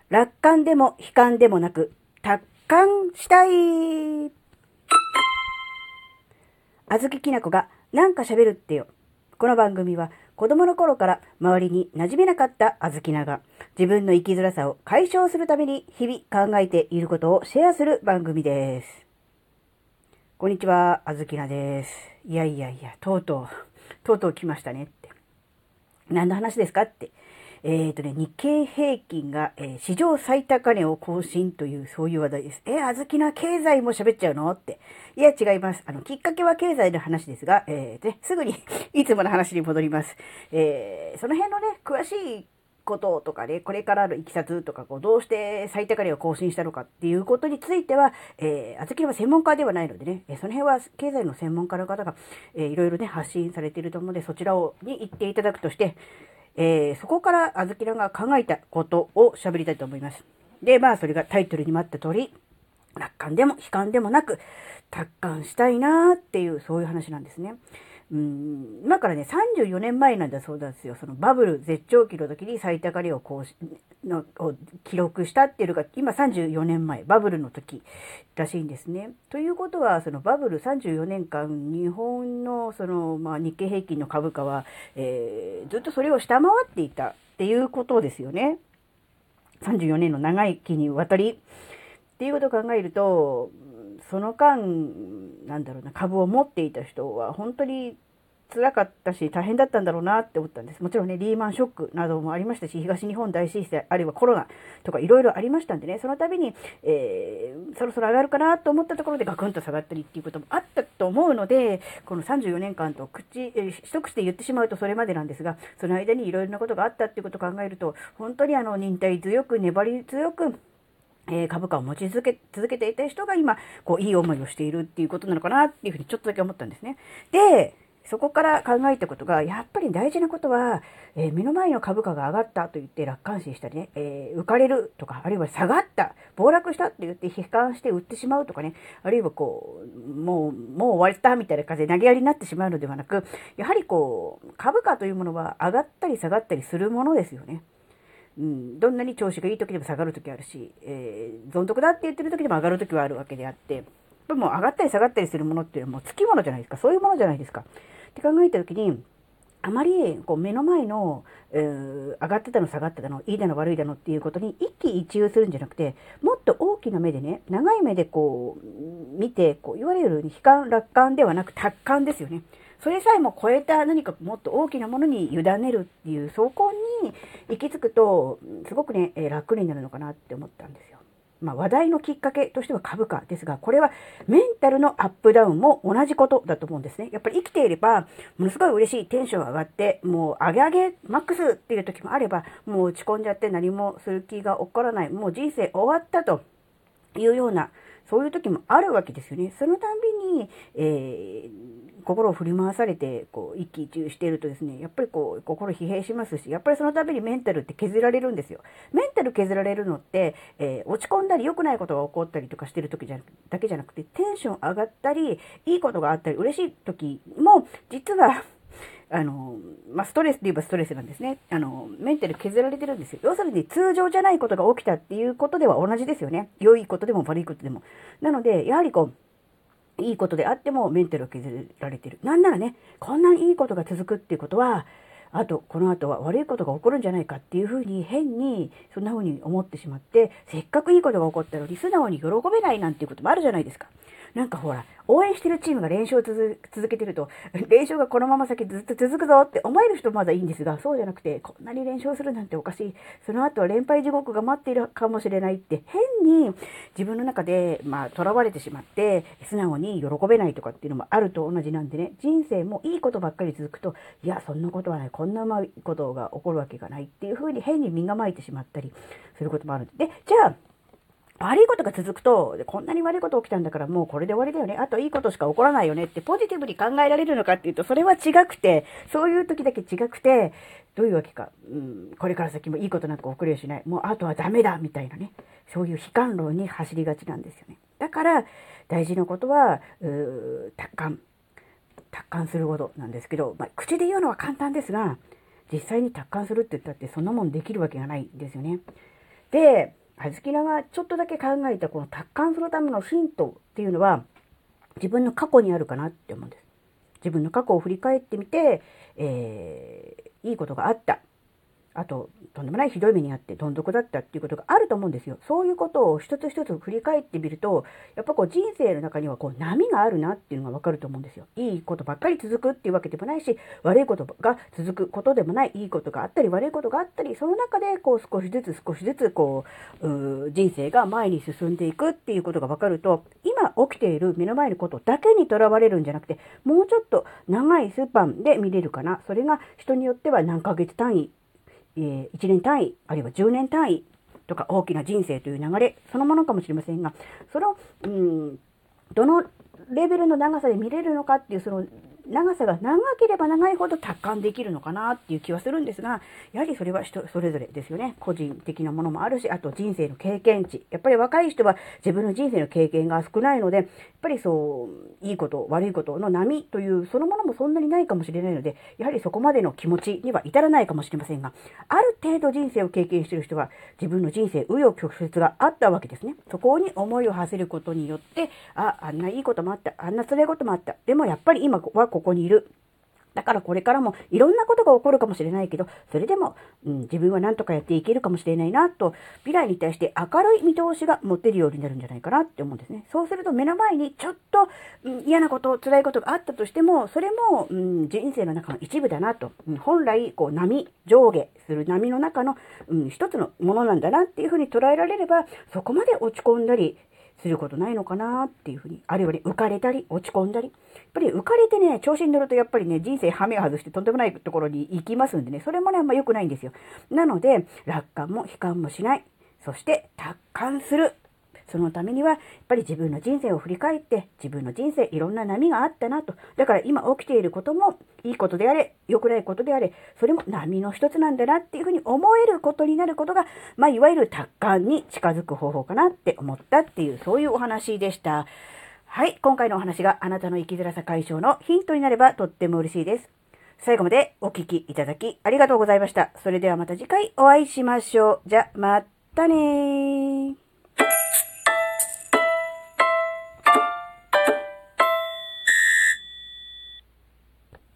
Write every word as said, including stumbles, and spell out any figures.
楽観でも悲観でもなく、達観したい。あずききなこがなんか喋るってよ。この番組は子供の頃から周りに馴染めなかったあずきなが自分の生きづらさを解消するために日々考えていることをシェアする番組です。こんにちは、あずきなです。いやいやいや、とうとう、とうとう来ましたねって。何の話ですかって。えっ、ー、とね、日経平均が、えー、史上最高値を更新という、そういう話題です。えー、あずきな経済も喋っちゃうのって。いや、違います。あの、きっかけは経済の話ですが、えー、ね、すぐにいつもの話に戻ります。えー、その辺のね、詳しいこととかね、これからのいきさつとか、こう、どうして最高値を更新したのかっていうことについては、えー、あずきなは専門家ではないのでね、えー、その辺は経済の専門家の方が、えー、いろいろね、発信されていると思うので、そちらを、に行っていただくとして、えー、そこからあずきなが考えたことを喋りたいと思います。で、まあ、それがタイトルにもあった通り、楽観でも悲観でもなく、達観したいなーっていう、そういう話なんですね。うん、今からね、さんじゅうよねんまえなんだそうなんですよ。そのバブル絶頂期の時に最高値をこうのを記録したっていうのが、今さんじゅうよねんまえ、バブルの時らしいんですね。ということは、そのバブルさんじゅうよねんかん、日本のその、まあ、日経平均の株価は、えー、ずっとそれを下回っていたっていうことですよね。さんじゅうよねんの長い期にわたり。っていうことを考えると、その間、なんだろうな、株を持っていた人は本当に辛かったし大変だったんだろうなって思ったんです。もちろんね、リーマンショックなどもありましたし、東日本大震災、あるいはコロナとかいろいろありましたんでね、その度に、えー、そろそろ上がるかなと思ったところでガクンと下がったりっていうこともあったと思うので、このさんじゅうよねんかんと口、えー、一口で言ってしまうとそれまでなんですが、その間にいろいろなことがあったっていうことを考えると、本当にあの、忍耐強く、粘り強く、えー、株価を持ち続け、続けていた人が今、こう、いい思いをしているっていうことなのかなっていうふうにちょっとだけ思ったんですね。で、そこから考えたことが、やっぱり大事なことは、えー、目の前の株価が上がったと言って楽観視したりね、えー、浮かれるとか、あるいは下がった、暴落したって言って悲観して売ってしまうとかね、あるいはこう、もう、もう終わったみたいな感じで投げやりになってしまうのではなく、やはりこう、株価というものは上がったり下がったりするものですよね。うん、どんなに調子がいい時でも下がる時あるし、えー、存続だって言ってる時でも上がる時はあるわけであって、でも上がったり下がったりするものっていうのはもうつきものじゃないですか。そういうものじゃないですか。って考えた時に、あまりこう目の前の、えー、上がってたの下がってたの、いいだの悪いだのっていうことに一喜一憂するんじゃなくて、もっと大きな目でね、長い目でこう、見て、こう、いわゆる悲観、楽観ではなく達観ですよね。それさえも超えた何かもっと大きなものに委ねるっていう、そこに行き着くと、すごくね、楽になるのかなって思ったんですよ。まあ話題のきっかけとしては株価ですが、これはメンタルのアップダウンも同じことだと思うんですね。やっぱり生きていれば、ものすごい嬉しいテンション上がって、もう上げ上げマックスっていう時もあれば、もう打ち込んじゃって何もする気が起こらない、もう人生終わったというような、そういう時もあるわけですよね。そのたんびに、えー、心を振り回されて、こう、一喜一憂しているとですね、やっぱりこう、心疲弊しますし、やっぱりそのたびにメンタルって削られるんですよ。メンタル削られるのって、えー、落ち込んだり良くないことが起こったりとかしてる時じゃだけじゃなくて、テンション上がったり、いいことがあったり、嬉しい時も、実は、あの、まあ、ストレスで言えばストレスなんですね。あの、メンタル削られてるんですよ。要するに通常じゃないことが起きたっていうことでは同じですよね。良いことでも悪いことでも。なので、やはりこう、いいことであってもメンタルを削られてる。なんならね、こんなにいいことが続くっていうことは、あと、この後は悪いことが起こるんじゃないかっていうふうに変に、そんなふうに思ってしまって、せっかくいいことが起こったのに素直に喜べないなんていうこともあるじゃないですか。なんかほら、応援してるチームが連勝を続けてると、連勝がこのまま先ずっと続くぞって思える人もまだいいんですが、そうじゃなくて、こんなに連勝するなんておかしい。その後は連敗地獄が待っているかもしれないって、変に自分の中で、まあ、囚われてしまって、素直に喜べないとかっていうのもあると同じなんでね、人生もいいことばっかり続くと、いや、そんなことはない、こんなうまいことが起こるわけがないっていうふうに変に身構えてしまったりすることもある。で、じゃあ、悪いことが続くと、こんなに悪いこと起きたんだからもうこれで終わりだよね。あといいことしか起こらないよねってポジティブに考えられるのかっていうと、それは違くて、そういう時だけ違くて、どういうわけか、うん、これから先もいいことなんか起こりはしない。もうあとはダメだみたいなね。そういう悲観論に走りがちなんですよね。だから、大事なことは、うー達観。達観することなんですけど、まあ、口で言うのは簡単ですが、実際に達観するって言ったってそんなもんできるわけがないんですよね。 で、あずきながちょっとだけ考えたこの達観するためのヒントっていうのは、自分の過去にあるかなって思うんです。自分の過去を振り返ってみて、えー、いいことがあった。あと、とんでもないひどい目にあってどん底だったっていうことがあると思うんですよ。そういうことを一つ一つ振り返ってみると、やっぱこう人生の中にはこう波があるなっていうのがわかると思うんですよ。いいことばっかり続くっていうわけでもないし、悪いことが続くことでもない、いいことがあったり悪いことがあったり、その中でこう少しずつ少しずつこう、う人生が前に進んでいくっていうことがわかると、今起きている目の前のことだけにとらわれるんじゃなくて、もうちょっと長いスパンで見れるかな。それが人によっては何ヶ月単位、えー、いちねん単位、あるいはじゅうねん単位とか大きな人生という流れそのものかもしれませんが、その、うん、どのレベルの長さで見れるのかっていう、その長さが長ければ長いほど達観できるのかなっていう気はするんですが、やはりそれは人それぞれですよね。個人的なものもあるし、あと人生の経験値。やっぱり若い人は自分の人生の経験が少ないので、やっぱりそう、いいこと、悪いことの波というそのものもそんなにないかもしれないので、やはりそこまでの気持ちには至らないかもしれませんが、ある程度人生を経験している人は自分の人生、紆余曲折があったわけですね。そこに思いを馳せることによって、あ、あんないいこともあった、あんな辛いこともあった。でもやっぱり今はここにいる。だからこれからもいろんなことが起こるかもしれないけど、それでも、うん、自分は何とかやっていけるかもしれないなと、未来に対して明るい見通しが持てるようになるんじゃないかなって思うんですね。そうすると目の前にちょっと、うん、嫌なこと、辛いことがあったとしても、それも、うん、人生の中の一部だなと。うん、本来、こう波、上下する波の中の、うん、一つのものなんだなっていうふうに捉えられれば、そこまで落ち込んだり、することないのかなっていうふうに、あるいはね、浮かれたり、落ち込んだり。やっぱり浮かれてね、調子に乗るとやっぱりね、人生ハメを外してとんでもないところに行きますんでね、それもね、あんま良くないんですよ。なので、楽観も悲観もしない。そして、達観する。そのためには、やっぱり自分の人生を振り返って、自分の人生いろんな波があったなと。だから今起きていることも、いいことであれ、良くないことであれ、それも波の一つなんだなっていうふうに思えることになることが、まあ、いわゆる達観に近づく方法かなって思ったっていう、そういうお話でした。はい、今回のお話があなたの生きづらさ解消のヒントになればとっても嬉しいです。最後までお聞きいただきありがとうございました。それではまた次回お会いしましょう。じゃ、またねー。